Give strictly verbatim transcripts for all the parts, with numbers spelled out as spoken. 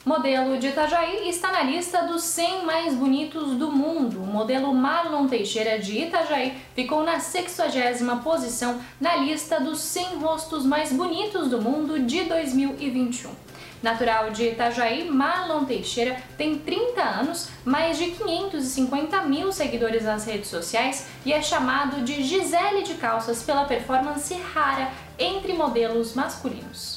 Modelo de Itajaí está na lista dos cem mais bonitos do mundo. O modelo Marlon Teixeira de Itajaí ficou na sexagésima posição na lista dos cem rostos mais bonitos do mundo de dois mil e vinte e um. Natural de Itajaí, Marlon Teixeira tem trinta anos, mais de quinhentos e cinquenta mil seguidores nas redes sociais e é chamado de Gisele de Calças pela performance rara entre modelos masculinos.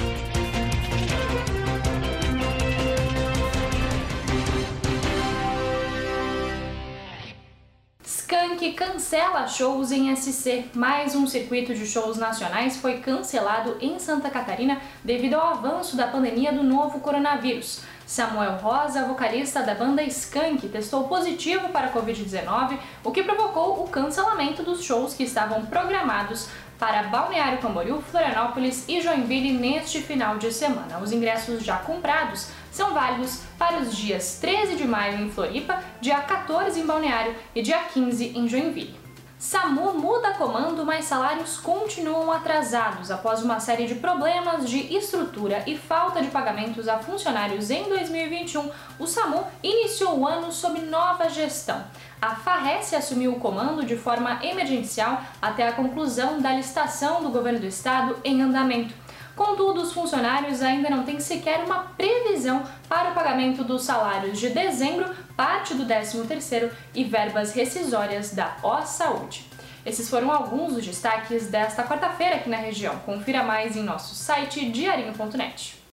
Skank cancela shows em S C. Mais um circuito de shows nacionais foi cancelado em Santa Catarina devido ao avanço da pandemia do novo coronavírus. Samuel Rosa, vocalista da banda Skank, testou positivo para a covid dezenove, o que provocou o cancelamento dos shows que estavam programados para Balneário Camboriú, Florianópolis e Joinville neste final de semana. Os ingressos já comprados são válidos para os dias treze de maio em Floripa, dia quatorze em Balneário e dia quinze em Joinville. SAMU muda comando, mas salários continuam atrasados. Após uma série de problemas de estrutura e falta de pagamentos a funcionários em dois mil e vinte e um, o SAMU iniciou o ano sob nova gestão. A Farrece assumiu o comando de forma emergencial até a conclusão da licitação do governo do estado em andamento. Contudo, os funcionários ainda não têm sequer uma previsão para o pagamento dos salários de dezembro, parte do décimo terceiro e verbas rescisórias da O-Saúde. Esses foram alguns dos destaques desta quarta-feira aqui na região. Confira mais em nosso site diarinho ponto net.